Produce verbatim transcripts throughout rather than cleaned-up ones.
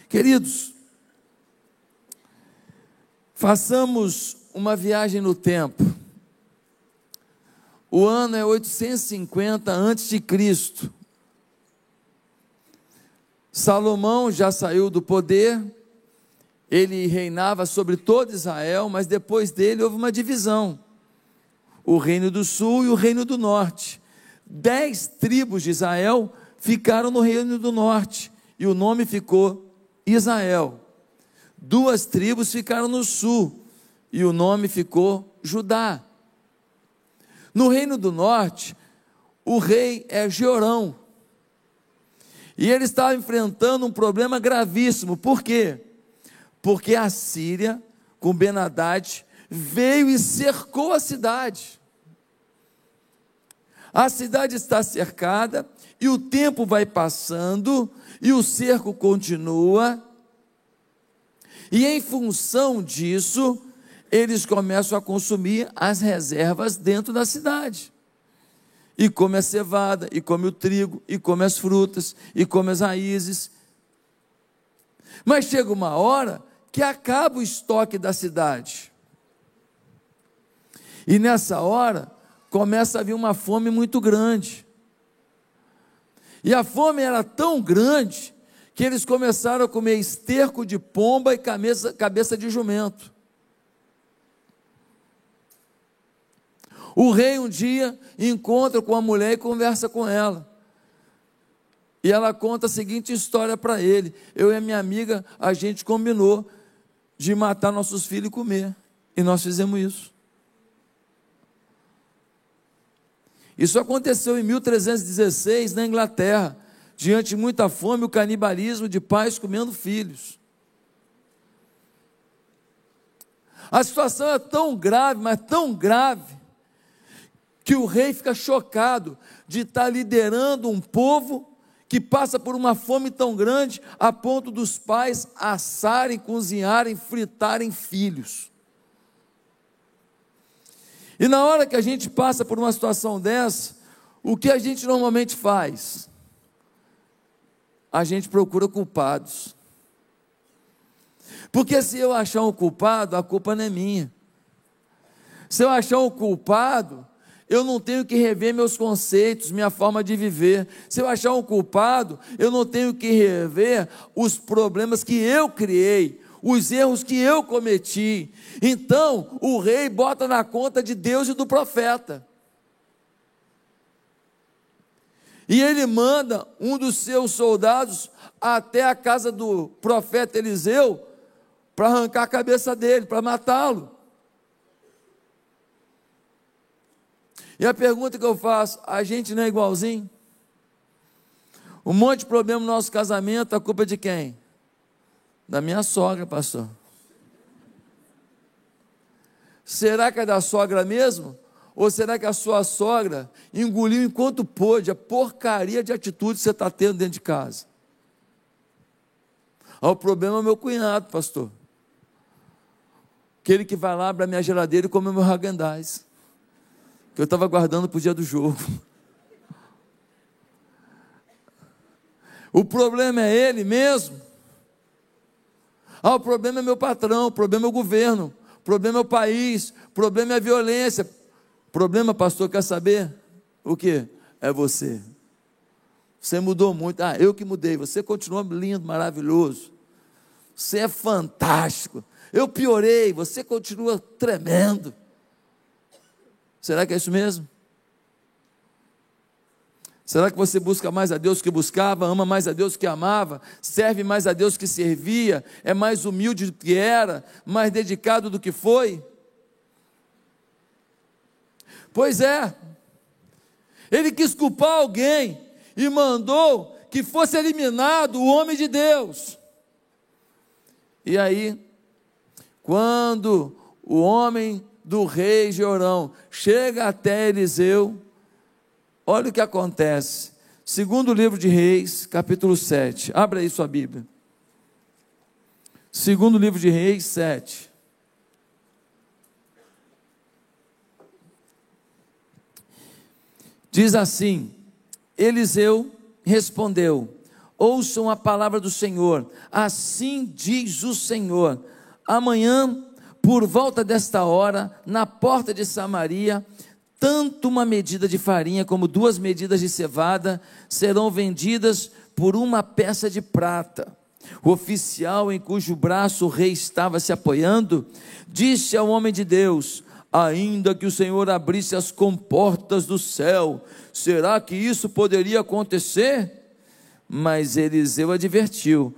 Queridos, façamos uma viagem no tempo. O ano é oitocentos e cinquenta antes de Cristo. Salomão já saiu do poder, ele reinava sobre todo Israel, mas depois dele houve uma divisão. O reino do sul e o reino do norte. Dez tribos de Israel ficaram no reino do norte, e o nome ficou Israel. Duas tribos ficaram no sul, e o nome ficou Judá. No reino do norte, o rei é Jeorão, e ele estava enfrentando um problema gravíssimo. Por quê? Porque a Síria, com Ben-Hadad, veio e cercou a cidade. A cidade está cercada, e o tempo vai passando, e o cerco continua, e em função disso, eles começam a consumir as reservas dentro da cidade, e come a cevada, e come o trigo, e come as frutas, e come as raízes. Mas chega uma hora que acaba o estoque da cidade, e nessa hora começa a vir uma fome muito grande, e a fome era tão grande que eles começaram a comer esterco de pomba e cabeça, cabeça de jumento. O rei um dia encontra com a mulher e conversa com ela, e ela conta a seguinte história para ele: eu e a minha amiga, a gente combinou de matar nossos filhos e comer, e nós fizemos isso. Isso aconteceu em mil trezentos e dezesseis na Inglaterra, diante de muita fome, o canibalismo de pais comendo filhos. A situação é tão grave, mas tão grave, que o rei fica chocado de estar liderando um povo que passa por uma fome tão grande, a ponto dos pais assarem, cozinharem, fritarem filhos. E na hora que a gente passa por uma situação dessa, o que a gente normalmente faz? A gente procura culpados. Porque se eu achar um culpado, a culpa não é minha. Se eu achar um culpado, eu não tenho que rever meus conceitos, minha forma de viver. Se eu achar um culpado, eu não tenho que rever os problemas que eu criei, os erros que eu cometi. Então, o rei bota na conta de Deus e do profeta. E ele manda um dos seus soldados até a casa do profeta Eliseu, para arrancar a cabeça dele, para matá-lo. E a pergunta que eu faço: a gente não é igualzinho? Um monte de problema no nosso casamento, a culpa é de quem? Da minha sogra, pastor. Será que é da sogra mesmo? Ou será que a sua sogra engoliu enquanto pôde a porcaria de atitude que você está tendo dentro de casa? Ah, o problema é o meu cunhado, pastor. Aquele que vai lá, abre a minha geladeira e come o meu Häagen-Dazs, que eu estava guardando para o dia do jogo. O problema é ele mesmo? Ah, o problema é meu patrão, o problema é o governo, o problema é o país, o problema é a violência. O problema, pastor, quer saber? O quê? É você. Você mudou muito. Ah, eu que mudei. Você continua lindo, maravilhoso. Você é fantástico. Eu piorei, você continua tremendo. Será que é isso mesmo? Será que você busca mais a Deus que buscava, ama mais a Deus que amava, serve mais a Deus que servia, é mais humilde do que era, mais dedicado do que foi? Pois é, ele quis culpar alguém e mandou que fosse eliminado o homem de Deus. E aí, quando o homem do rei Jeorão chega até Eliseu, olha o que acontece. Segundo livro de Reis, capítulo sete. Abra aí sua Bíblia. Segundo livro de Reis, sete. Diz assim: Eliseu respondeu: ouçam a palavra do Senhor, assim diz o Senhor, amanhã, por volta desta hora, na porta de Samaria, tanto uma medida de farinha como duas medidas de cevada serão vendidas por uma peça de prata. O oficial em cujo braço o rei estava se apoiando, disse ao homem de Deus: ainda que o Senhor abrisse as comportas do céu, será que isso poderia acontecer? Mas Eliseu advertiu: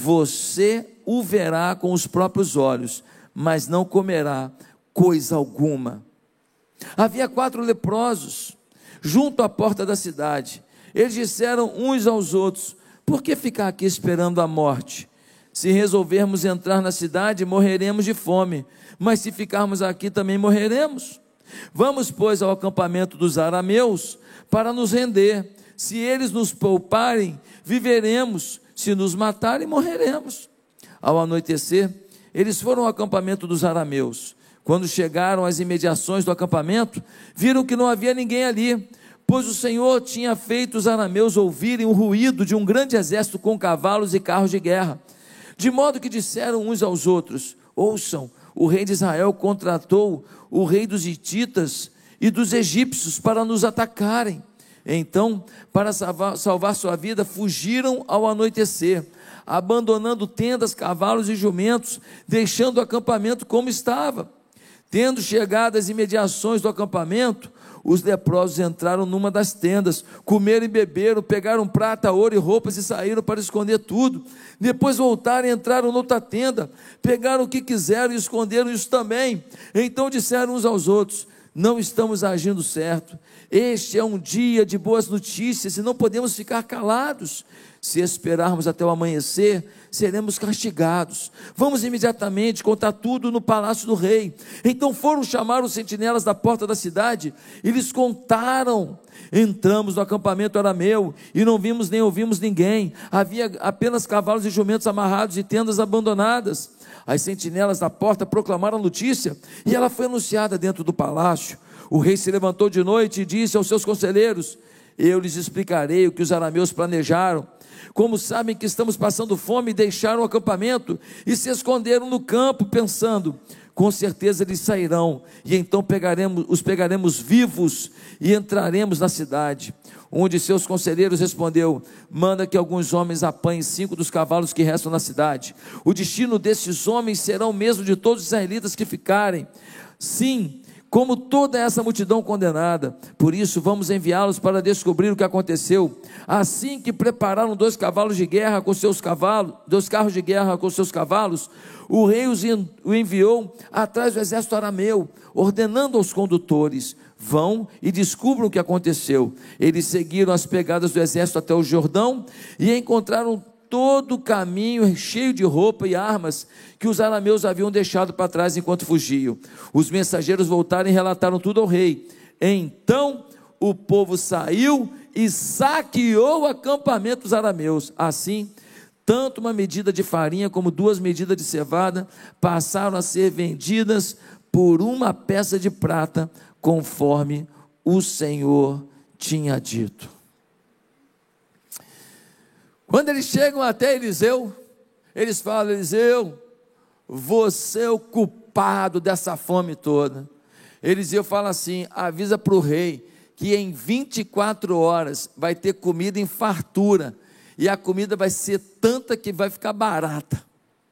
você o verá com os próprios olhos, mas não comerá coisa alguma. Havia quatro leprosos junto à porta da cidade. Eles disseram uns aos outros: por que ficar aqui esperando a morte? Se resolvermos entrar na cidade, morreremos de fome, mas se ficarmos aqui também morreremos. Vamos, pois, ao acampamento dos arameus para nos render. Se eles nos pouparem, viveremos; se nos matarem, morreremos. Ao anoitecer, eles foram ao acampamento dos arameus. Quando chegaram às imediações do acampamento, viram que não havia ninguém ali, pois o Senhor tinha feito os arameus ouvirem o ruído de um grande exército com cavalos e carros de guerra, de modo que disseram uns aos outros: ouçam, o rei de Israel contratou o rei dos hititas e dos egípcios para nos atacarem. Então, para salvar, salvar sua vida, fugiram ao anoitecer, abandonando tendas, cavalos e jumentos, deixando o acampamento como estava. Tendo chegado às imediações do acampamento, os leprosos entraram numa das tendas, comeram e beberam, pegaram prata, ouro e roupas e saíram para esconder tudo. Depois voltaram e entraram noutra tenda, pegaram o que quiseram e esconderam isso também. Então disseram uns aos outros: não estamos agindo certo, este é um dia de boas notícias e não podemos ficar calados. Se esperarmos até o amanhecer, seremos castigados. Vamos imediatamente contar tudo no palácio do rei. Então foram chamar os sentinelas da porta da cidade e lhes contaram. Entramos no acampamento arameu e não vimos nem ouvimos ninguém. Havia apenas cavalos e jumentos amarrados e tendas abandonadas. As sentinelas da porta proclamaram a notícia e ela foi anunciada dentro do palácio. O rei se levantou de noite e disse aos seus conselheiros: eu lhes explicarei o que os arameus planejaram. Como sabem que estamos passando fome, deixaram o acampamento e se esconderam no campo, pensando: com certeza eles sairão, e então pegaremos, os pegaremos vivos e entraremos na cidade. Um de seus conselheiros respondeu: manda que alguns homens apanhem cinco dos cavalos que restam na cidade. O destino desses homens será o mesmo de todos os israelitas que ficarem. Sim, como toda essa multidão condenada. Por isso vamos enviá-los para descobrir o que aconteceu. Assim que prepararam dois cavalos de guerra com seus cavalos, dois carros de guerra com seus cavalos, o rei os o enviou atrás do exército arameu, ordenando aos condutores: vão e descubram o que aconteceu. Eles seguiram as pegadas do exército até o Jordão e encontraram todo o caminho cheio de roupa e armas que os arameus haviam deixado para trás enquanto fugiam. Os mensageiros voltaram e relataram tudo ao rei. Então o povo saiu e saqueou o acampamento dos arameus. Assim, tanto uma medida de farinha como duas medidas de cevada passaram a ser vendidas por uma peça de prata, conforme o Senhor tinha dito. Quando eles chegam até Eliseu, eles falam: Eliseu, você é o culpado dessa fome toda. Eliseu fala assim: avisa para o rei que em vinte e quatro horas vai ter comida em fartura, e a comida vai ser tanta que vai ficar barata.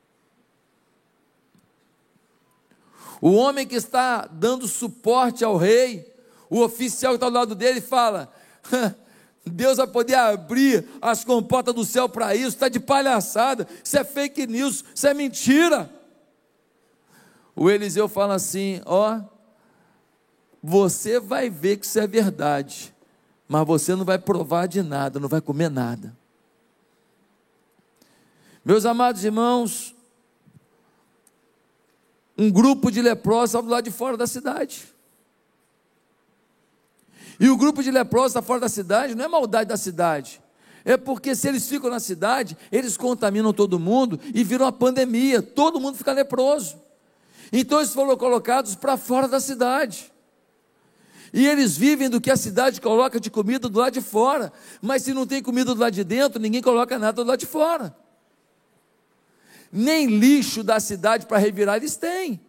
O homem que está dando suporte ao rei, o oficial que está do lado dele, fala: Deus vai poder abrir as comportas do céu para isso? Está de palhaçada, isso é fake news, isso é mentira. O Eliseu fala assim: ó, você vai ver que isso é verdade, mas você não vai provar de nada, não vai comer nada. Meus amados irmãos, um grupo de leprosos estava do lado de fora da cidade. E o grupo de leprosos está fora da cidade, não é maldade da cidade, é porque se eles ficam na cidade, eles contaminam todo mundo e viram uma pandemia, todo mundo fica leproso. Então eles foram colocados para fora da cidade. E eles vivem do que a cidade coloca de comida do lado de fora. Mas se não tem comida do lado de dentro, ninguém coloca nada do lado de fora. Nem lixo da cidade para revirar eles têm.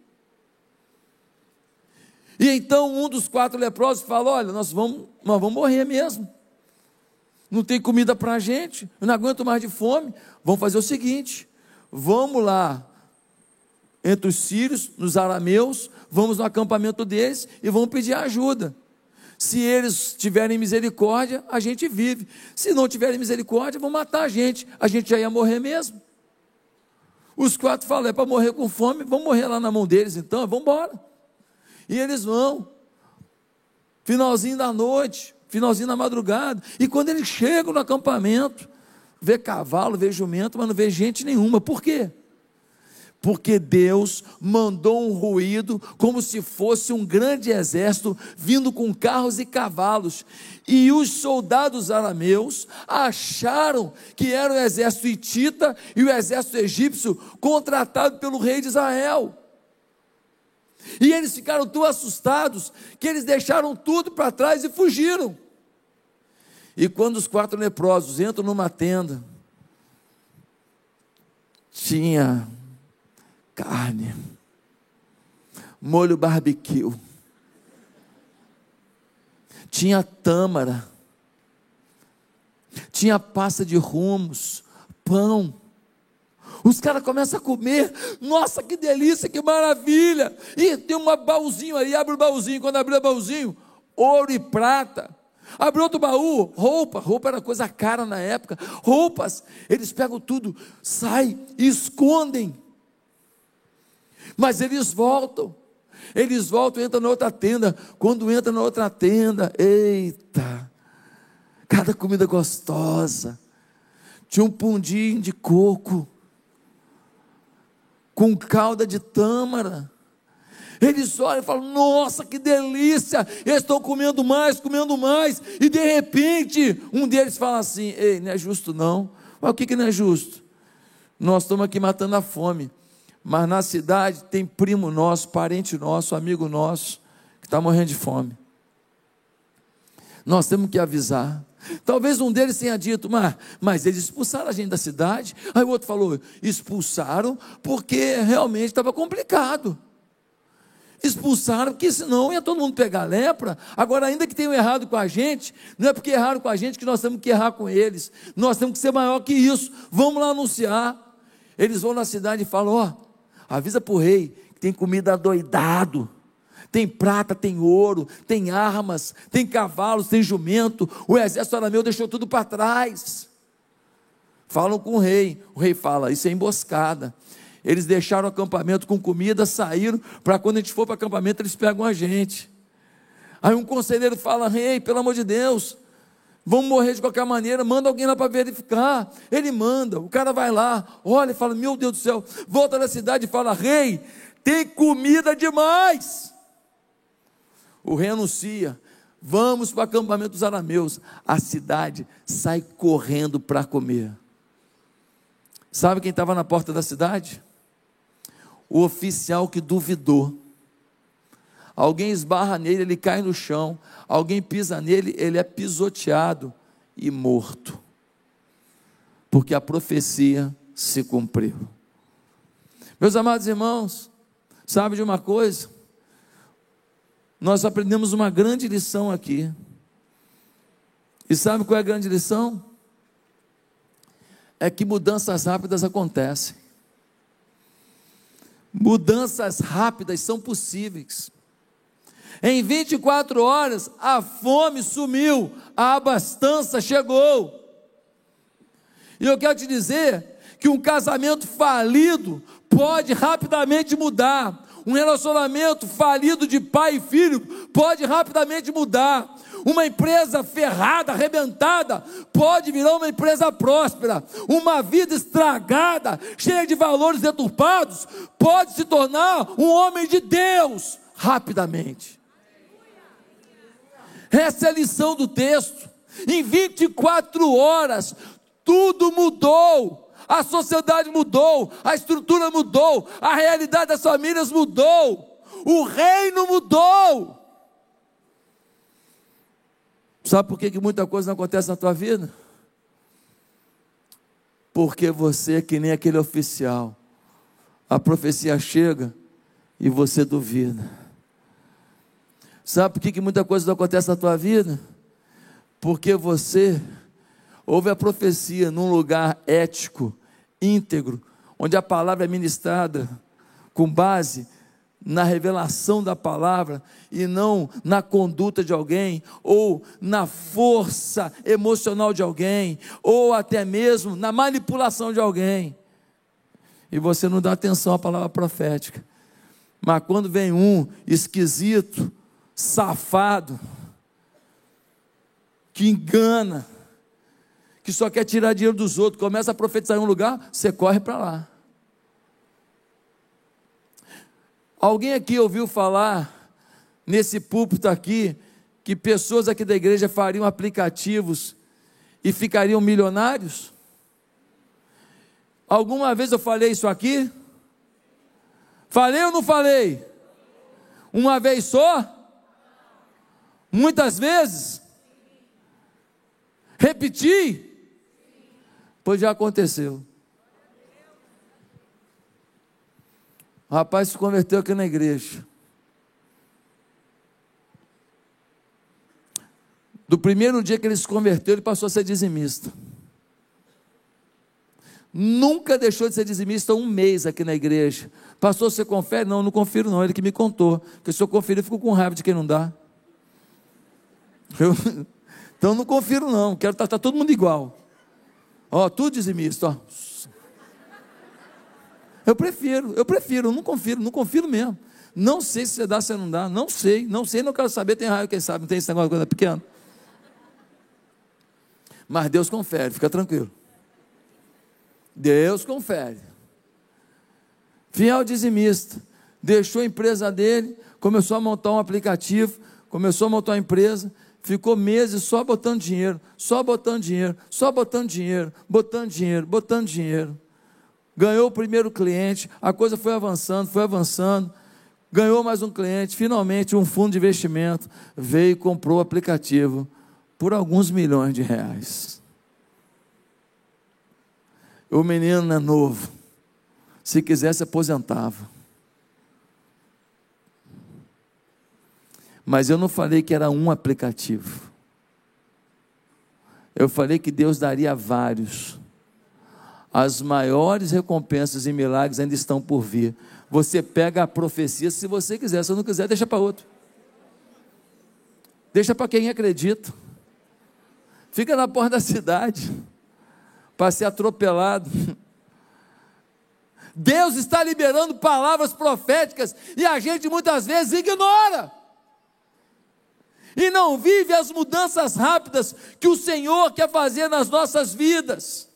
E então um dos quatro leprosos fala: olha, nós vamos, nós vamos morrer mesmo. Não tem comida para a gente, eu não aguento mais de fome. Vamos fazer o seguinte: vamos lá entre os sírios, nos arameus, vamos no acampamento deles e vamos pedir ajuda. Se eles tiverem misericórdia, a gente vive. Se não tiverem misericórdia, vão matar a gente. A gente já ia morrer mesmo. Os quatro falam: é para morrer com fome, vamos morrer lá na mão deles então, vamos embora. E eles vão, finalzinho da noite, finalzinho da madrugada, e quando eles chegam no acampamento, vê cavalo, vê jumento, mas não vê gente nenhuma. Por quê? Porque Deus mandou um ruído, como se fosse um grande exército, vindo com carros e cavalos, e os soldados arameus acharam que era o exército hitita e o exército egípcio, contratado pelo rei de Israel, e eles ficaram tão assustados, que eles deixaram tudo para trás e fugiram. E quando os quatro leprosos entram numa tenda, tinha carne, molho barbecue, tinha tâmara, tinha pasta de rumos, pão. Os caras começam a comer. Nossa, que delícia, que maravilha. E tem um baúzinho aí, abre o baúzinho. Quando abre o baúzinho, ouro e prata. Abre outro baú, roupa. Roupa era coisa cara na época. Roupas, eles pegam tudo, saem e escondem. Mas eles voltam. Eles voltam e entram na outra tenda. Quando entra na outra tenda, eita, cada comida gostosa. Tinha um pudim de coco, com calda de tâmara. Eles olham e falam: nossa, que delícia, eles estão comendo mais, comendo mais, e de repente, um deles fala assim: ei, não é justo não. Mas o que que não é justo? Nós estamos aqui matando a fome, mas na cidade tem primo nosso, parente nosso, amigo nosso, que está morrendo de fome. Nós temos que avisar. Talvez um deles tenha dito: mas, mas eles expulsaram a gente da cidade. Aí o outro falou: expulsaram porque realmente estava complicado. Expulsaram porque senão ia todo mundo pegar lepra. Agora, ainda que tenham errado com a gente, não é porque erraram com a gente que nós temos que errar com eles. Nós temos que ser maior que isso. Vamos lá anunciar. Eles vão na cidade e falam: ó, avisa para o rei que tem comida adoidado. Tem prata, tem ouro, tem armas, tem cavalos, tem jumento. O exército arameu deixou tudo para trás. Falam com o rei. O rei fala: isso é emboscada. Eles deixaram o acampamento com comida, saíram, para quando a gente for para o acampamento, eles pegam a gente. Aí um conselheiro fala: rei, pelo amor de Deus, vamos morrer de qualquer maneira, manda alguém lá para verificar. Ele manda, o cara vai lá, olha e fala: meu Deus do céu, volta na cidade e fala: rei, tem comida demais. O rei anuncia: vamos para o acampamento dos arameus. A cidade sai correndo para comer. Sabe quem estava na porta da cidade? O oficial que duvidou. Alguém esbarra nele, ele cai no chão. Alguém pisa nele, ele é pisoteado e morto. Porque a profecia se cumpriu. Meus amados irmãos, sabe de uma coisa? Nós aprendemos uma grande lição aqui. E sabe qual é a grande lição? É que mudanças rápidas acontecem. Mudanças rápidas são possíveis. Em vinte e quatro horas, a fome sumiu, a abastança chegou. E eu quero te dizer que um casamento falido pode rapidamente mudar. Um relacionamento falido de pai e filho pode rapidamente mudar. Uma empresa ferrada, arrebentada, pode virar uma empresa próspera. Uma vida estragada, cheia de valores deturpados, pode se tornar um homem de Deus rapidamente. Essa é a lição do texto. Em vinte e quatro horas, tudo mudou. A sociedade mudou, a estrutura mudou, a realidade das famílias mudou, o reino mudou. Sabe por que, que muita coisa não acontece na tua vida? Porque você é que nem aquele oficial. A profecia chega e você duvida. Sabe por que, que muita coisa não acontece na tua vida? Porque você ouve a profecia num lugar ético, íntegro, onde a palavra é ministrada com base na revelação da palavra e não na conduta de alguém, ou na força emocional de alguém, ou até mesmo na manipulação de alguém, e você não dá atenção à palavra profética. Mas quando vem um esquisito, safado, que engana, que só quer tirar dinheiro dos outros, começa a profetizar em um lugar, você corre para lá. Alguém aqui ouviu falar, nesse púlpito aqui, que pessoas aqui da igreja fariam aplicativos e ficariam milionários? Alguma vez eu falei isso aqui? Falei ou não falei? Uma vez só? Muitas vezes? Repeti? Pois já aconteceu. O rapaz se converteu aqui na igreja. Do primeiro dia que ele se converteu, ele passou a ser dizimista. Nunca deixou de ser dizimista um mês aqui na igreja. Pastor, você confere? Não, não confiro não, ele que me contou. Porque se eu conferir, eu fico com raiva de quem não dá. Eu, então não confiro não, quero estar tá, tá todo mundo igual. Ó, tudo dizimista, ó. Eu prefiro, eu prefiro, não confiro, não confiro mesmo. Não sei se você dá, se você não dá, não sei, não sei, não quero saber, tem raio, quem sabe, não tem esse negócio de coisa pequena. Mas Deus confere, fica tranquilo. Deus confere. Fiel dizimista, deixou a empresa dele, começou a montar um aplicativo, começou a montar uma empresa, ficou meses só botando dinheiro, só botando dinheiro, só botando dinheiro, botando dinheiro, botando dinheiro. Ganhou o primeiro cliente, a coisa foi avançando, foi avançando, ganhou mais um cliente, finalmente um fundo de investimento veio e comprou o aplicativo por alguns milhões de reais. O menino é novo, se quisesse aposentava. Mas eu não falei que era um aplicativo, eu falei que Deus daria vários. As maiores recompensas e milagres ainda estão por vir. Você pega a profecia se você quiser, se não quiser, deixa para outro. Deixa para quem acredita. Fica na porta da cidade para ser atropelado. Deus está liberando palavras proféticas e a gente muitas vezes ignora. E não vive as mudanças rápidas que o Senhor quer fazer nas nossas vidas.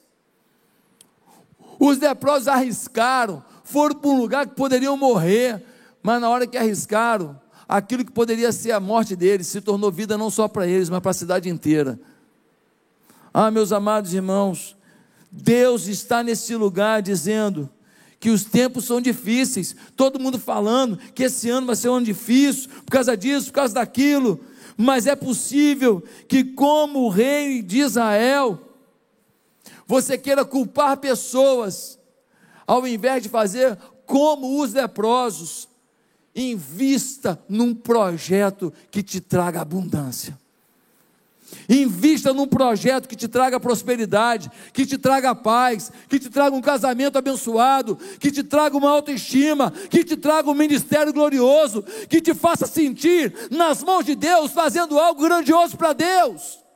Os leprosos arriscaram, foram para um lugar que poderiam morrer, mas na hora que arriscaram, aquilo que poderia ser a morte deles, se tornou vida não só para eles, mas para a cidade inteira. Ah, meus amados irmãos, Deus está nesse lugar dizendo que os tempos são difíceis, todo mundo falando que esse ano vai ser um ano difícil, por causa disso, por causa daquilo, mas é possível que, como o rei de Israel, você queira culpar pessoas, ao invés de fazer como os leprosos. Invista num projeto que te traga abundância. Invista num projeto que te traga prosperidade, que te traga paz, que te traga um casamento abençoado, que te traga uma autoestima, que te traga um ministério glorioso, que te faça sentir nas mãos de Deus, fazendo algo grandioso para Deus.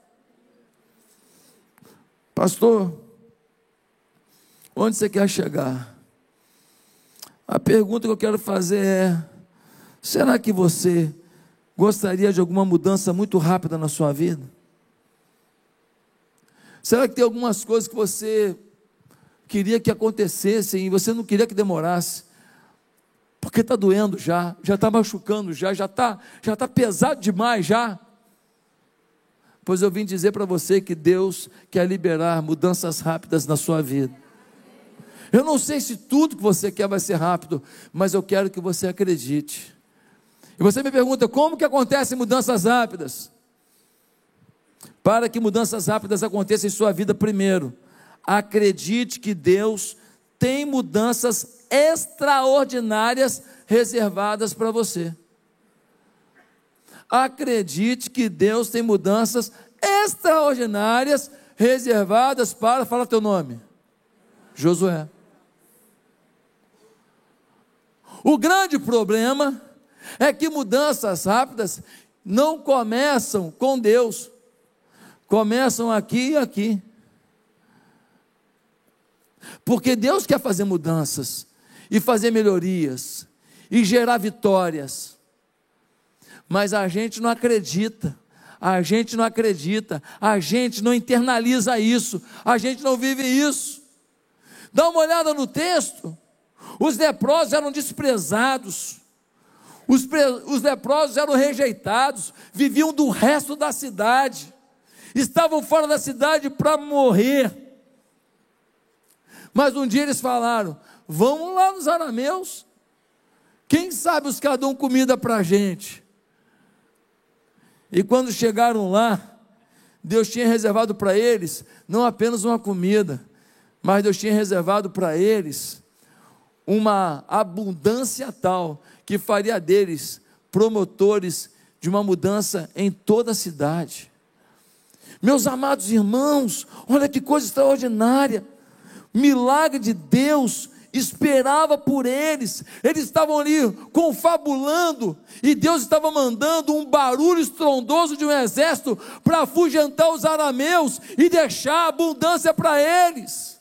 Pastor, onde você quer chegar? A pergunta que eu quero fazer é: será que você gostaria de alguma mudança muito rápida na sua vida? Será que tem algumas coisas que você queria que acontecessem e você não queria que demorasse? Porque está doendo já, já está machucando já, já está já tá pesado demais já. Pois eu vim dizer para você que Deus quer liberar mudanças rápidas na sua vida. Eu não sei se tudo que você quer vai ser rápido, mas eu quero que você acredite. E você me pergunta, como que acontecem mudanças rápidas? Para que mudanças rápidas aconteçam em sua vida, primeiro, acredite que Deus tem mudanças extraordinárias reservadas para você. Acredite que Deus tem mudanças extraordinárias reservadas para, fala teu nome, Josué. O grande problema é que mudanças rápidas não começam com Deus, começam aqui e aqui. Porque Deus quer fazer mudanças, e fazer melhorias, e gerar vitórias, mas a gente não acredita, a gente não acredita, a gente não internaliza isso, a gente não vive isso. Dá uma olhada no texto, os leprosos eram desprezados, os, pre, os leprosos eram rejeitados, viviam do resto da cidade, estavam fora da cidade para morrer, mas um dia eles falaram, vamos lá nos arameus, quem sabe buscar dão comida para a gente. E quando chegaram lá, Deus tinha reservado para eles, não apenas uma comida, mas Deus tinha reservado para eles, uma abundância tal, que faria deles promotores de uma mudança em toda a cidade. Meus amados irmãos, olha que coisa extraordinária, milagre de Deus esperava por eles, eles estavam ali confabulando, e Deus estava mandando um barulho estrondoso de um exército, para afugentar os arameus, e deixar abundância para eles.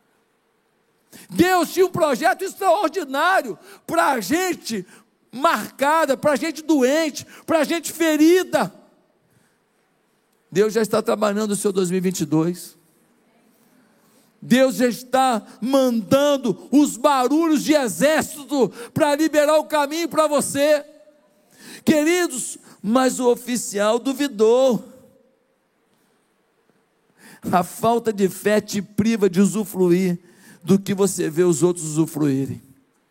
Deus tinha um projeto extraordinário, para a gente marcada, para a gente doente, para a gente ferida. Deus já está trabalhando o seu dois mil e vinte e dois, Deus já está mandando os barulhos de exército para liberar o caminho para você, queridos, mas o oficial duvidou. A falta de fé te priva de usufruir do que você vê os outros usufruírem.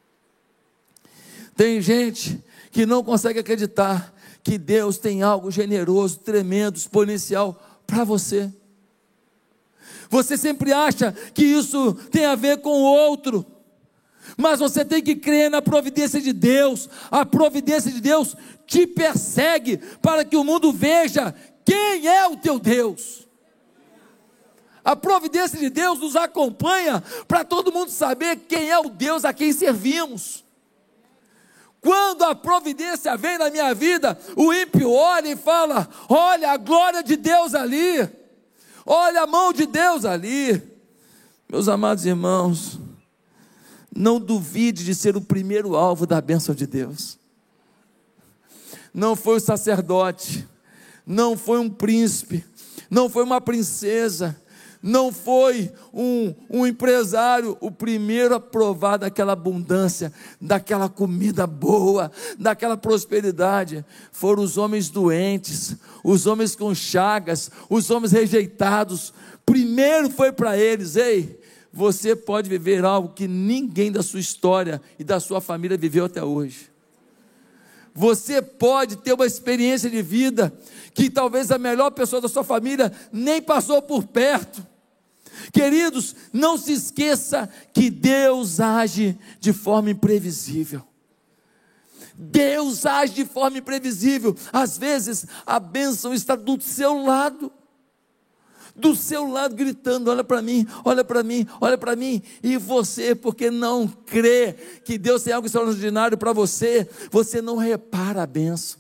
Tem gente que não consegue acreditar que Deus tem algo generoso, tremendo, exponencial para você. Você sempre acha que isso tem a ver com o outro, mas você tem que crer na providência de Deus. A providência de Deus te persegue, para que o mundo veja quem é o teu Deus. A providência de Deus nos acompanha, para todo mundo saber quem é o Deus a quem servimos. Quando a providência vem na minha vida, o ímpio olha e fala, olha a glória de Deus ali, olha a mão de Deus ali. Meus amados irmãos, não duvide de ser o primeiro alvo da bênção de Deus. Não foi o sacerdote, não foi um príncipe, não foi uma princesa, não foi um, um empresário, o primeiro a provar daquela abundância, daquela comida boa, daquela prosperidade, foram os homens doentes, os homens com chagas, os homens rejeitados. Primeiro foi para eles, ei, você pode viver algo que ninguém da sua história e da sua família viveu até hoje. Você pode ter uma experiência de vida que talvez a melhor pessoa da sua família nem passou por perto. Queridos, não se esqueça que Deus age de forma imprevisível. Deus age de forma imprevisível. Às vezes a bênção está do seu lado, do seu lado gritando, olha para mim, olha para mim, olha para mim, e você, porque não crê que Deus tem algo extraordinário para você, você não repara a bênção,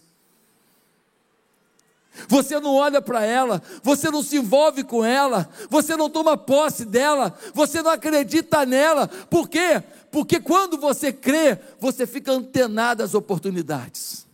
você não olha para ela, você não se envolve com ela, você não toma posse dela, você não acredita nela. Por quê? Porque quando você crê, você fica antenado às oportunidades,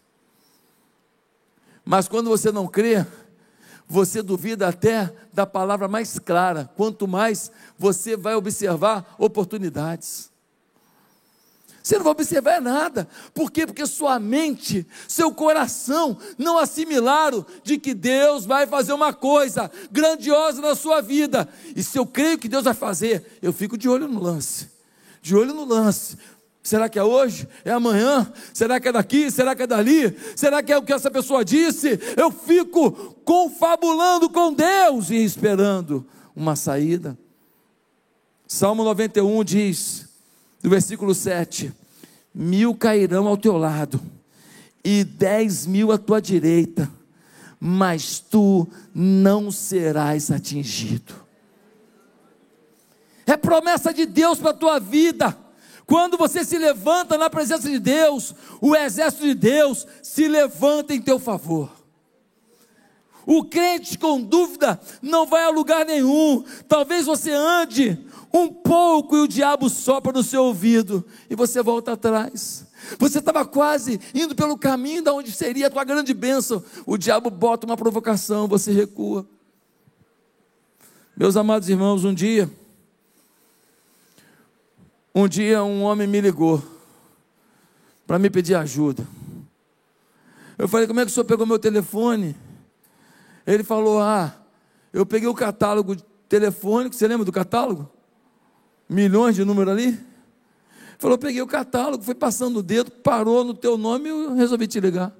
mas quando você não crê, você duvida até da palavra mais clara, quanto mais você vai observar oportunidades. Você não vai observar nada. Por quê? Porque sua mente, seu coração não assimilaram de que Deus vai fazer uma coisa grandiosa na sua vida. E se eu creio que Deus vai fazer, eu fico de olho no lance, de olho no lance. Será que é hoje? É amanhã? Será que é daqui? Será que é dali? Será que é o que essa pessoa disse? Eu fico confabulando com Deus e esperando uma saída. Salmo noventa e um diz, no versículo sete, mil cairão ao teu lado, e dez mil à tua direita, mas tu não serás atingido. É promessa de Deus para a tua vida. Quando você se levanta na presença de Deus, o exército de Deus se levanta em teu favor. O crente com dúvida não vai a lugar nenhum. Talvez você ande um pouco e o diabo sopra no seu ouvido e você volta atrás. Você estava quase indo pelo caminho de onde seria a tua grande bênção. O diabo bota uma provocação, você recua. Meus amados irmãos, um dia, um dia um homem me ligou para me pedir ajuda. Eu falei, como é que o senhor pegou meu telefone? Ele falou, ah, eu peguei o catálogo telefônico, você lembra do catálogo? Milhões de números ali. Falou, peguei o catálogo, fui passando o dedo, parou no teu nome e eu resolvi te ligar.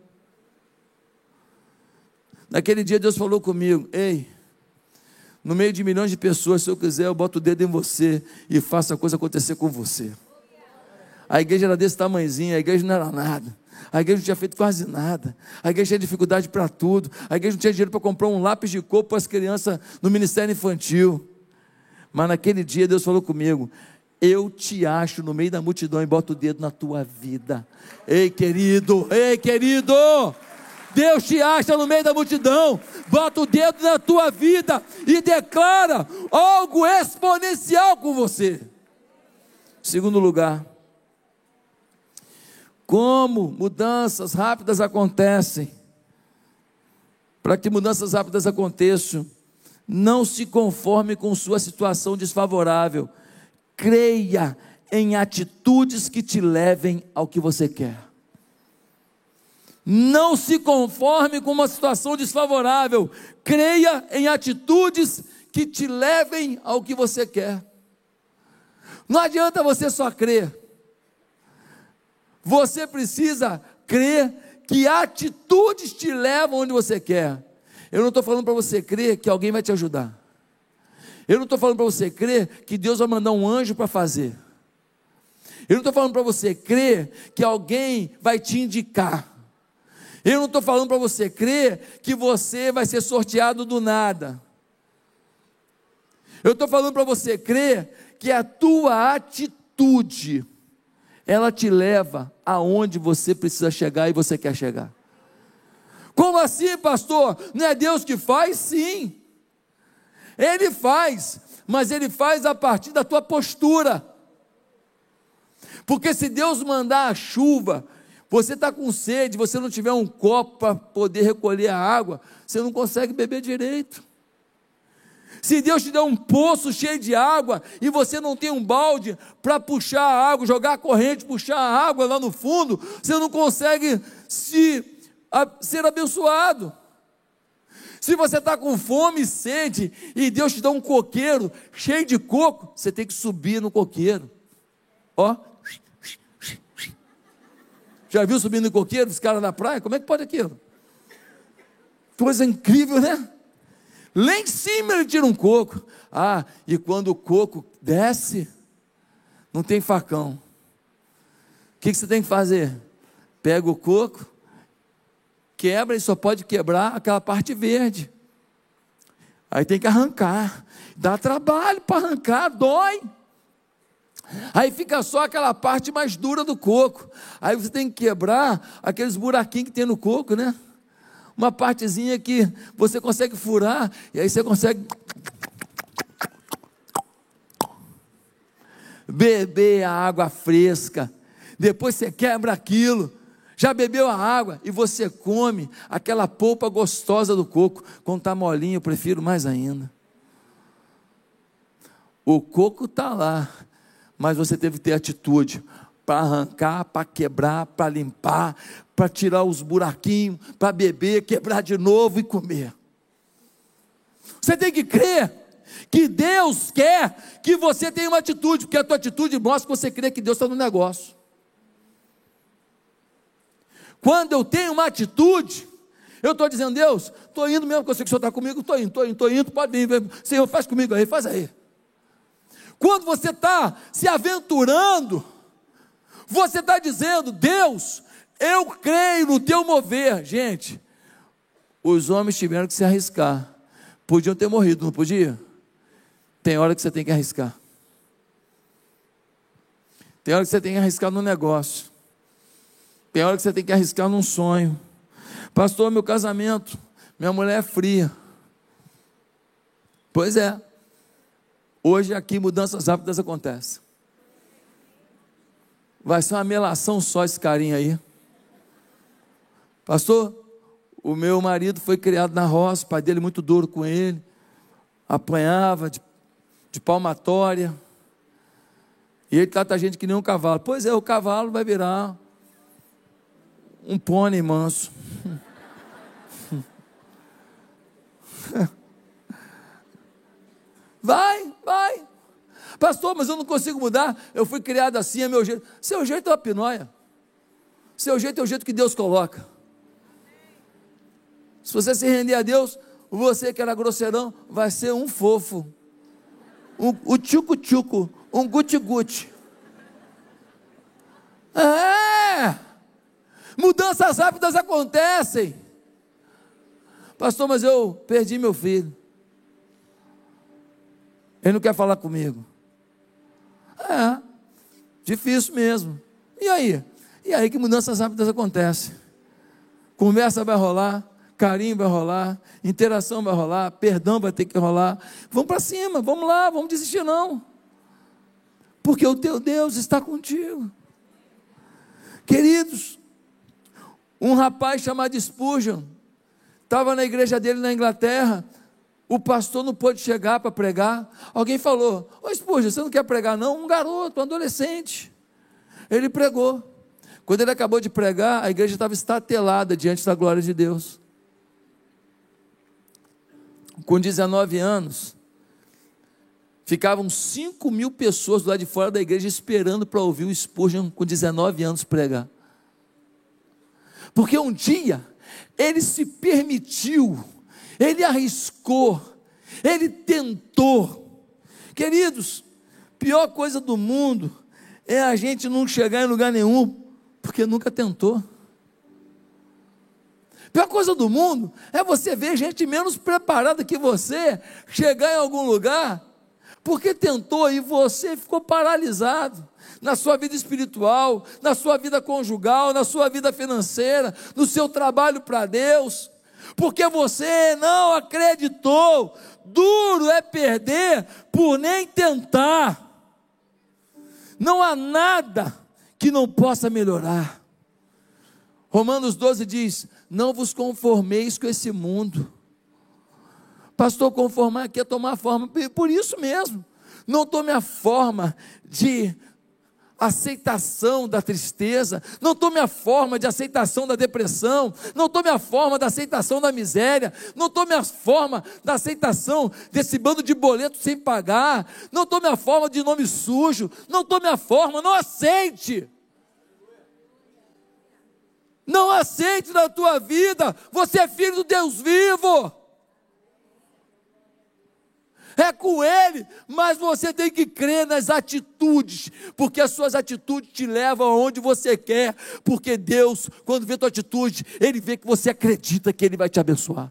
Naquele dia Deus falou comigo, ei, no meio de milhões de pessoas, se eu quiser, eu boto o dedo em você e faço a coisa acontecer com você. A igreja era desse tamanhozinho, a igreja não era nada. A igreja não tinha feito quase nada. A igreja tinha dificuldade para tudo. A igreja não tinha dinheiro para comprar um lápis de cor para as crianças no ministério infantil. Mas naquele dia Deus falou comigo, eu te acho no meio da multidão e boto o dedo na tua vida. Ei querido, ei querido, Deus te acha no meio da multidão, bota o dedo na tua vida e declara algo exponencial com você. Segundo lugar, como mudanças rápidas acontecem? Para que mudanças rápidas aconteçam, não se conforme com sua situação desfavorável. Creia em atitudes que te levem ao que você quer. Não se conforme com uma situação desfavorável. Creia em atitudes que te levem ao que você quer. Não adianta você só crer. Você precisa crer que atitudes te levam onde você quer. Eu não estou falando para você crer que alguém vai te ajudar. Eu não estou falando para você crer que Deus vai mandar um anjo para fazer. Eu não estou falando para você crer que alguém vai te indicar. Eu não estou falando para você crer que você vai ser sorteado do nada. Eu estou falando para você crer que a tua atitude, ela te leva aonde você precisa chegar e você quer chegar. Como assim, pastor? Não é Deus que faz? Sim. Ele faz, mas Ele faz a partir da tua postura. Porque se Deus mandar a chuva, você está com sede, você não tiver um copo para poder recolher a água, você não consegue beber direito. Se Deus te der um poço cheio de água, e você não tem um balde para puxar a água, jogar a corrente, puxar a água lá no fundo, você não consegue se, a, ser abençoado. Se você está com fome e sede, e Deus te dá um coqueiro cheio de coco, você tem que subir no coqueiro. Ó, já viu subindo no coqueiro, os caras na praia? Como é que pode aquilo? Coisa incrível, né? Lá em cima ele tira um coco. Ah, e quando o coco desce, não tem facão. O que, que você tem que fazer? Pega o coco, quebra, e só pode quebrar aquela parte verde. Aí tem que arrancar. Dá trabalho para arrancar, dói. Aí fica só aquela parte mais dura do coco. Aí você tem que quebrar aqueles buraquinhos que tem no coco, né? Uma partezinha que você consegue furar, e aí você consegue beber a água fresca. Depois você quebra aquilo, já bebeu a água, e você come aquela polpa gostosa do coco. Quando está molinho, eu prefiro mais ainda. O coco está lá, mas você teve que ter atitude para arrancar, para quebrar, para limpar, para tirar os buraquinhos, para beber, quebrar de novo e comer. Você tem que crer que Deus quer que você tenha uma atitude, porque a tua atitude mostra que você crê que Deus está no negócio. Quando eu tenho uma atitude, eu estou dizendo, Deus, estou indo mesmo, que eu sei que o Senhor está comigo, estou indo, estou indo, estou indo, pode vir, Senhor, faz comigo aí, faz aí. Quando você está se aventurando, você está dizendo, Deus, eu creio no teu mover. Gente, os homens tiveram que se arriscar, podiam ter morrido, não podia? Tem hora que você tem que arriscar, tem hora que você tem que arriscar no negócio, tem hora que você tem que arriscar num sonho. Pastor, meu casamento, minha mulher é fria. Pois é, hoje aqui mudanças rápidas acontecem. Vai ser uma melação só esse carinha aí. Pastor, o meu marido foi criado na roça, o pai dele muito duro com ele, apanhava de, de palmatória, e ele trata a gente que nem um cavalo. Pois é, o cavalo vai virar um pônei manso. Vai, vai. Pastor, mas eu não consigo mudar, eu fui criado assim, é meu jeito. Seu jeito é uma pinóia, seu jeito é o jeito que Deus coloca. Se você se render a Deus, você que era grosseirão, vai ser um fofo, um, um tchucu-tchucu, um guti-guti. É, mudanças rápidas acontecem. Pastor, mas eu perdi meu filho, ele não quer falar comigo. É, difícil mesmo. E aí? E aí que mudanças rápidas acontecem. Conversa vai rolar, carinho vai rolar, interação vai rolar, perdão vai ter que rolar. Vamos para cima, vamos lá, vamos desistir não. Porque o teu Deus está contigo. Queridos, um rapaz chamado Spurgeon, estava na igreja dele na Inglaterra, o pastor não pôde chegar para pregar. Alguém falou, ô Spurgeon, você não quer pregar não? Um garoto, um adolescente. Ele pregou. Quando ele acabou de pregar, a igreja estava estatelada diante da glória de Deus. Com dezenove anos, ficavam cinco mil pessoas do lado de fora da igreja esperando para ouvir o Spurgeon com dezenove anos pregar. Porque um dia, ele se permitiu, ele arriscou, ele tentou. Queridos, pior coisa do mundo é a gente não chegar em lugar nenhum, porque nunca tentou. Pior coisa do mundo é você ver gente menos preparada que você chegar em algum lugar, porque tentou e você ficou paralisado na sua vida espiritual, na sua vida conjugal, na sua vida financeira, no seu trabalho para Deus, porque você não acreditou. Duro é perder por nem tentar. Não há nada que não possa melhorar. Romanos doze diz, não vos conformeis com esse mundo. Pastor, conformar aqui é tomar forma, por isso mesmo, não tome a forma de aceitação da tristeza, não tome a forma de aceitação da depressão, não tome a forma da aceitação da miséria, não tome a forma da aceitação desse bando de boletos sem pagar, não tome a forma de nome sujo, não tome a forma, não aceite, não aceite na tua vida, você é filho do Deus vivo, é com Ele, mas você tem que crer nas atitudes, porque as suas atitudes te levam aonde você quer, porque Deus, quando vê tua atitude, Ele vê que você acredita que Ele vai te abençoar.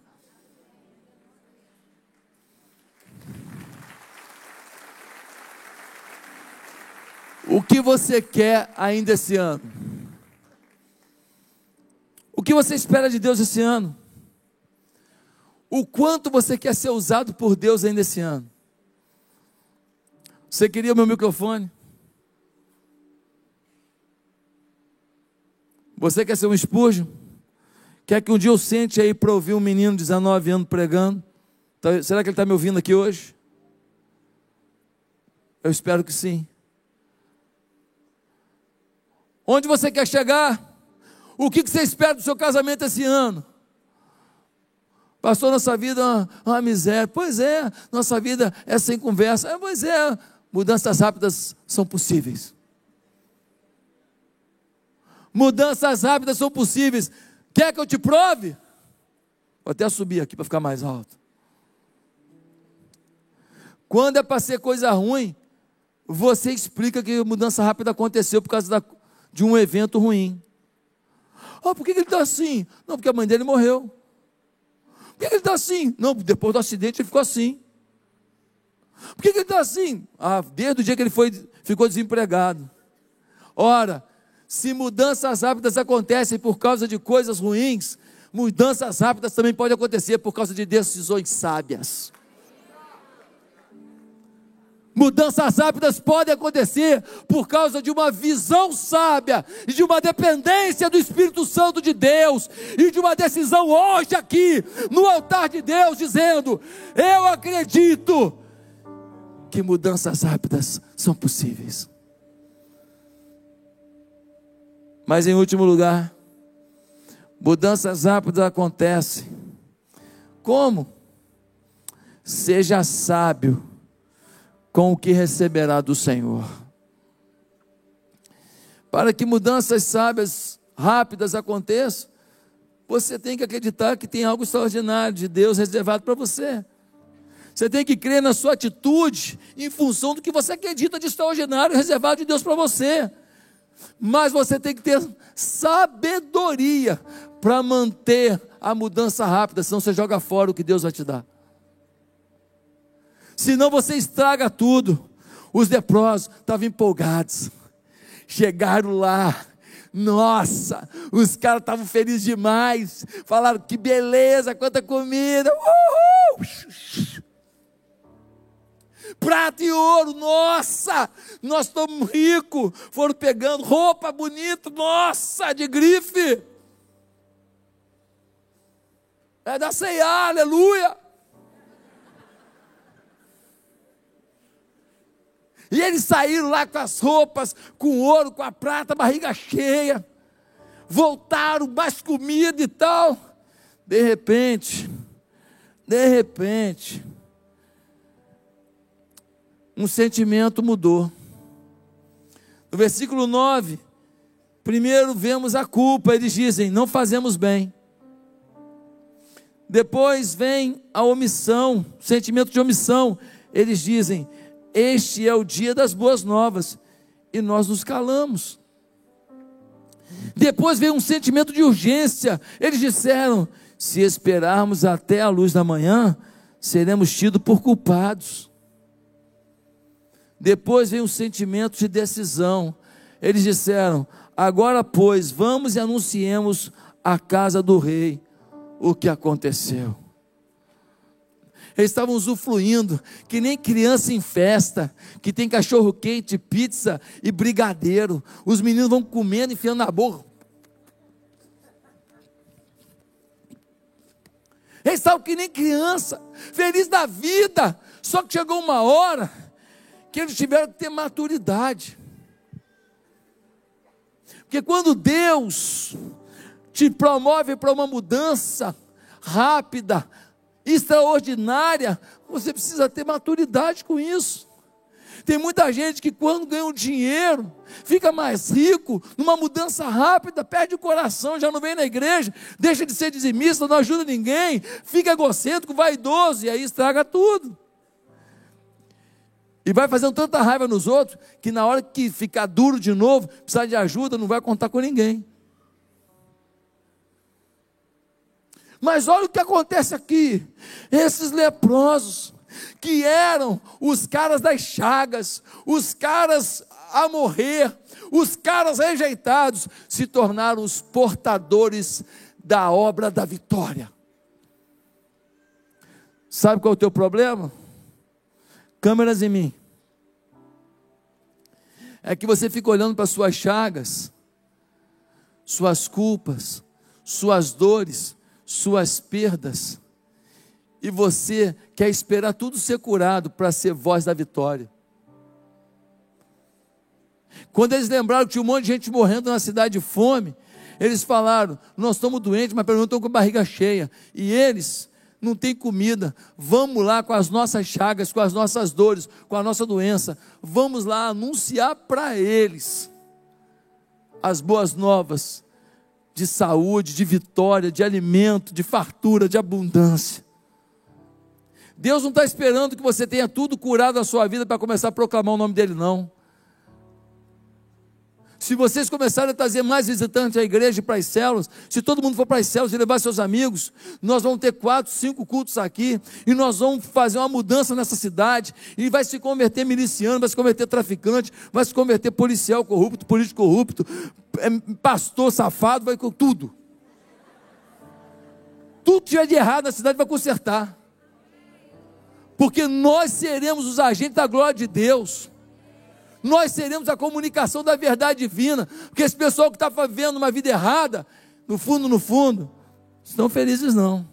O que você quer ainda esse ano? O que você espera de Deus esse ano? O quanto você quer ser usado por Deus ainda esse ano? Você queria o meu microfone? Você quer ser um Spurgeon? Quer que um dia eu sente aí para ouvir um menino de dezenove anos pregando? Tá, será que ele está me ouvindo aqui hoje? Eu espero que sim. Onde você quer chegar? O que você espera do seu casamento esse ano? Pastor, nossa vida é uma, uma miséria. Pois é, nossa vida é sem conversa. É, pois é, mudanças rápidas são possíveis. Mudanças rápidas são possíveis. Quer que eu te prove? Vou até subir aqui para ficar mais alto. Quando é para ser coisa ruim, você explica que a mudança rápida aconteceu por causa da, de um evento ruim. Oh, por que ele está assim? Não, porque a mãe dele morreu. Por que ele está assim? Não, depois do acidente ele ficou assim. Por que ele está assim? Ah, desde o dia que ele foi, ficou desempregado. Ora, se mudanças rápidas acontecem por causa de coisas ruins, mudanças rápidas também podem acontecer por causa de decisões sábias. Mudanças rápidas podem acontecer por causa de uma visão sábia, e de uma dependência do Espírito Santo de Deus, e de uma decisão hoje aqui, no altar de Deus, dizendo: eu acredito que mudanças rápidas são possíveis. Mas em último lugar, mudanças rápidas acontecem. Como? Seja sábio com o que receberá do Senhor. Para que mudanças sábias, rápidas aconteçam, você tem que acreditar que tem algo extraordinário de Deus reservado para você. Você tem que crer na sua atitude em função do que você acredita de extraordinário reservado de Deus para você. Mas você tem que ter sabedoria para manter a mudança rápida, senão você joga fora o que Deus vai te dar. Senão você estraga tudo. Os leprosos estavam empolgados, chegaram lá, nossa, os caras estavam felizes demais, falaram: que beleza, quanta comida, uhul! Prata e ouro, nossa, nós estamos ricos. Foram pegando roupa bonita, nossa, de grife, é da C e A, aleluia. E eles saíram lá com as roupas, com ouro, com a prata, barriga cheia, voltaram, mais comida e tal. De repente, de repente, um sentimento mudou. No versículo nove, primeiro vemos a culpa, eles dizem: não fazemos bem. Depois vem a omissão, sentimento de omissão, eles dizem: este é o dia das boas novas, e nós nos calamos. Depois veio um sentimento de urgência, eles disseram: se esperarmos até a luz da manhã, seremos tidos por culpados. Depois veio um sentimento de decisão, eles disseram: agora pois, vamos e anunciemos à casa do rei o que aconteceu. Eles estavam usufruindo, que nem criança em festa, que tem cachorro quente, pizza e brigadeiro. Os meninos vão comendo, enfiando na boca. Eles estavam que nem criança, felizes da vida. Só que chegou uma hora que eles tiveram que ter maturidade. Porque quando Deus te promove para uma mudança rápida, extraordinária, você precisa ter maturidade com isso. Tem muita gente que quando ganha um dinheiro, fica mais rico, numa mudança rápida, perde o coração, já não vem na igreja, deixa de ser dizimista, não ajuda ninguém, fica egocêntrico, vaidoso, e aí estraga tudo. E vai fazendo tanta raiva nos outros, que na hora que ficar duro de novo, precisar de ajuda, não vai contar com ninguém. Mas olha o que acontece aqui, esses leprosos, que eram os caras das chagas, os caras a morrer, os caras rejeitados, se tornaram os portadores da obra da vitória. Sabe qual é o teu problema? Câmeras em mim. É que você fica olhando para suas chagas, suas culpas, suas dores, suas perdas, e você quer esperar tudo ser curado para ser voz da vitória. Quando eles lembraram que tinha um monte de gente morrendo na cidade de fome, eles falaram: nós estamos doentes, mas pelo menos estamos com a barriga cheia, e eles não têm comida. Vamos lá com as nossas chagas, com as nossas dores, com a nossa doença, vamos lá anunciar para eles as boas novas de saúde, de vitória, de alimento, de fartura, de abundância. Deus não está esperando que você tenha tudo curado na sua vida para começar a proclamar o nome dele, não. Se vocês começarem a trazer mais visitantes à igreja e para as células, se todo mundo for para as células e levar seus amigos, nós vamos ter quatro, cinco cultos aqui, e nós vamos fazer uma mudança nessa cidade, e vai se converter miliciano, vai se converter traficante, vai se converter policial corrupto, político corrupto, pastor safado, vai com tudo. Tudo que tiver de errado na cidade vai consertar, porque nós seremos os agentes da glória de Deus. Nós seremos a comunicação da verdade divina, porque esse pessoal que está vivendo uma vida errada, no fundo, no fundo, estão felizes não.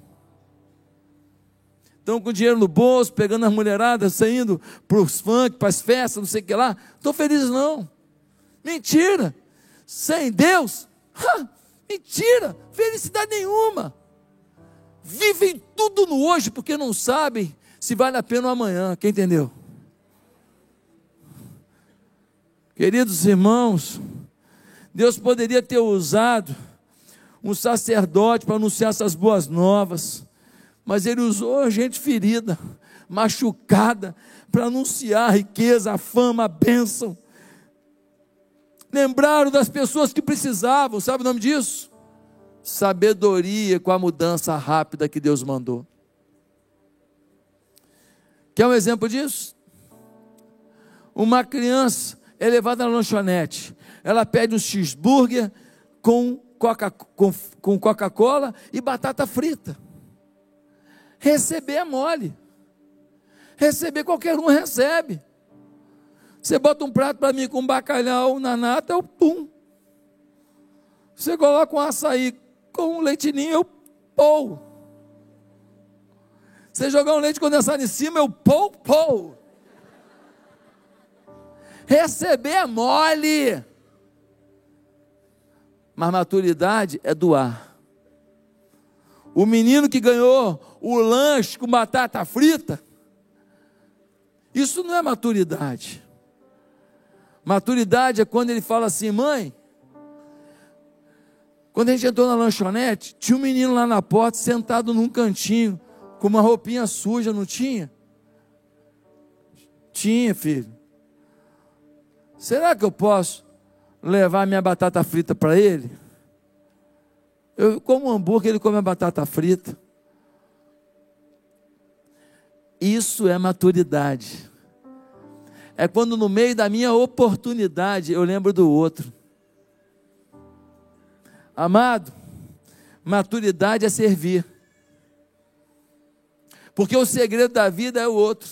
Estão com dinheiro no bolso, pegando as mulheradas, saindo para os funk, para as festas, não sei o que lá, estão felizes não. Mentira, sem Deus, ha, mentira, felicidade nenhuma. Vivem tudo no hoje, porque não sabem se vale a pena o amanhã, quem entendeu? Queridos irmãos, Deus poderia ter usado um sacerdote para anunciar essas boas novas, mas Ele usou gente ferida, machucada, para anunciar a riqueza, a fama, a bênção. Lembraram das pessoas que precisavam, sabe o nome disso? Sabedoria com a mudança rápida que Deus mandou. Quer um exemplo disso? Uma criança é levada na lanchonete, ela pede um cheeseburger com Coca, com, com Coca-Cola e batata frita. Receber é mole, receber qualquer um recebe. Você bota um prato para mim com bacalhau na nata, eu pum. Você coloca um açaí com um leitinho, eu pou. Você jogar um leite condensado em cima, eu pou, pou. Receber é mole, mas maturidade é doar. O menino que ganhou o lanche com batata frita, isso não é maturidade. Maturidade é quando ele fala assim: mãe, quando a gente entrou na lanchonete, tinha um menino lá na porta, sentado num cantinho, com uma roupinha suja, não tinha? Tinha, filho. Será que eu posso levar minha batata frita para ele? Eu como um hambúrguer, ele come a batata frita. Isso é maturidade. É quando no meio da minha oportunidade eu lembro do outro. Amado, maturidade é servir. Porque o segredo da vida é o outro.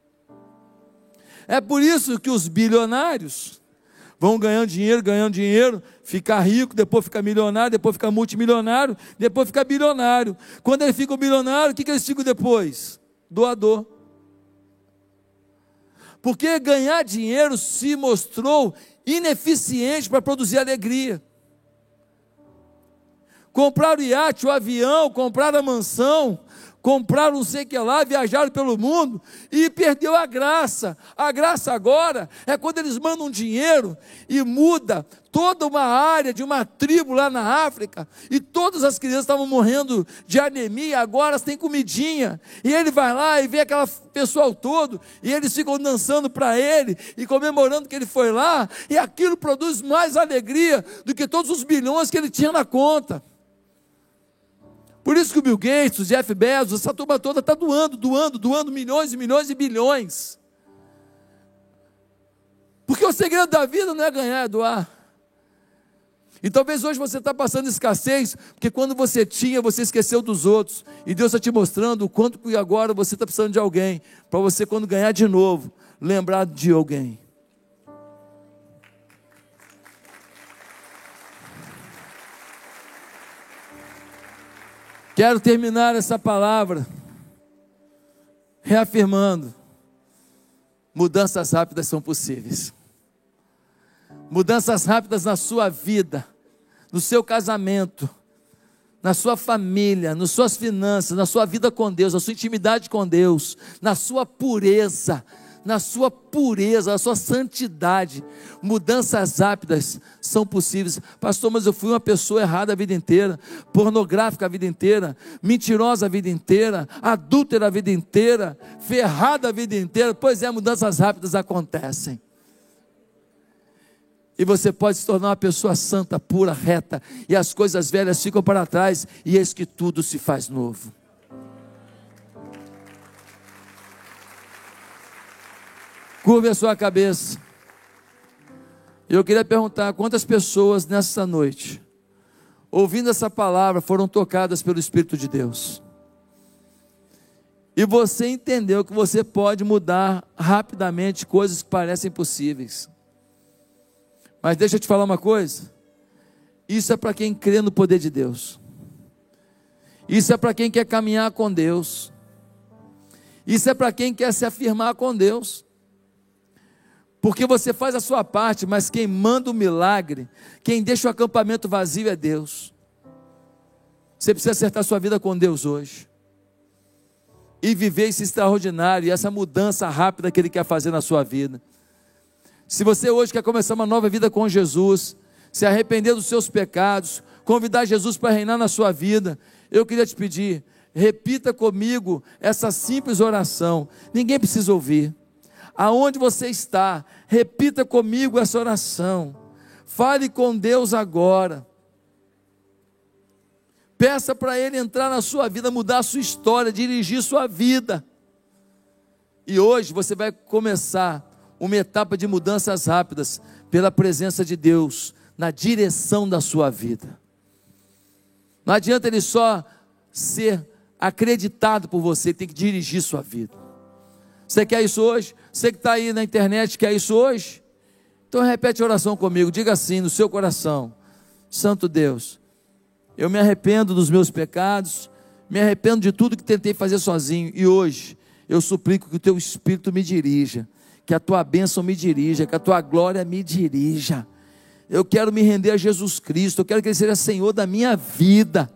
É por isso que os bilionários vão ganhando dinheiro, ganhando dinheiro, ficar rico, depois ficar milionário, depois ficar multimilionário, depois ficar bilionário. Quando eles ficam bilionários, o que, que eles ficam depois? Doador. Porque ganhar dinheiro se mostrou ineficiente para produzir alegria. Comprar o iate, o avião, comprar a mansão, compraram não sei o que lá, viajaram pelo mundo e perdeu a graça. A graça agora é quando eles mandam dinheiro e muda toda uma área de uma tribo lá na África, e todas as crianças estavam morrendo de anemia, agora elas têm comidinha, e ele vai lá e vê aquela pessoal todo, e eles ficam dançando para ele, e comemorando que ele foi lá, e aquilo produz mais alegria do que todos os bilhões que ele tinha na conta. Por isso que o Bill Gates, o Jeff Bezos, essa turma toda está doando, doando, doando milhões e milhões e bilhões. Porque o segredo da vida não é ganhar, é doar. E talvez hoje você está passando escassez, porque quando você tinha, você esqueceu dos outros. E Deus está te mostrando o quanto que agora você está precisando de alguém, para você quando ganhar de novo, lembrar de alguém. Quero terminar essa palavra reafirmando: mudanças rápidas são possíveis. Mudanças rápidas na sua vida, no seu casamento, na sua família, nas suas finanças, na sua vida com Deus, na sua intimidade com Deus, na sua pureza. na sua pureza, na sua santidade. Mudanças rápidas são possíveis. Pastor, mas eu fui uma pessoa errada a vida inteira, pornográfica a vida inteira, mentirosa a vida inteira, adúltera a vida inteira, ferrada a vida inteira. Pois é, mudanças rápidas acontecem. E você pode se tornar uma pessoa santa, pura, reta, e as coisas velhas ficam para trás, e eis que tudo se faz novo. Curve a sua cabeça. Eu queria perguntar, quantas pessoas nessa noite, ouvindo essa palavra, foram tocadas pelo Espírito de Deus? E você entendeu que você pode mudar rapidamente coisas que parecem impossíveis. Mas deixa eu te falar uma coisa, isso é para quem crê no poder de Deus, isso é para quem quer caminhar com Deus, isso é para quem quer se afirmar com Deus, porque você faz a sua parte, mas quem manda o milagre, quem deixa o acampamento vazio é Deus. Você precisa acertar sua vida com Deus hoje, e viver esse extraordinário, e essa mudança rápida que Ele quer fazer na sua vida. Se você hoje quer começar uma nova vida com Jesus, se arrepender dos seus pecados, convidar Jesus para reinar na sua vida, eu queria te pedir, repita comigo essa simples oração. Ninguém precisa ouvir. Aonde você está, repita comigo essa oração. Fale com Deus agora. Peça para Ele entrar na sua vida, mudar a sua história, dirigir sua vida. E hoje você vai começar uma etapa de mudanças rápidas, pela presença de Deus, na direção da sua vida. Não adianta Ele só ser acreditado por você, tem que dirigir sua vida. Você quer isso hoje? Você que está aí na internet, quer isso hoje? Então repete a oração comigo, diga assim no seu coração: Santo Deus, eu me arrependo dos meus pecados, me arrependo de tudo que tentei fazer sozinho, e hoje eu suplico que o Teu Espírito me dirija, que a Tua bênção me dirija, que a Tua glória me dirija. Eu quero me render a Jesus Cristo, eu quero que Ele seja Senhor da minha vida.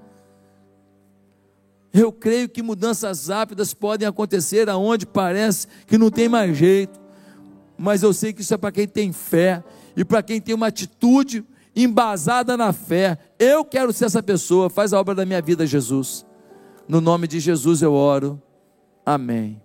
Eu creio que mudanças rápidas podem acontecer aonde parece que não tem mais jeito, mas eu sei que isso é para quem tem fé, e para quem tem uma atitude embasada na fé. Eu quero ser essa pessoa. Faz a obra da minha vida, Jesus. No nome de Jesus eu oro, amém.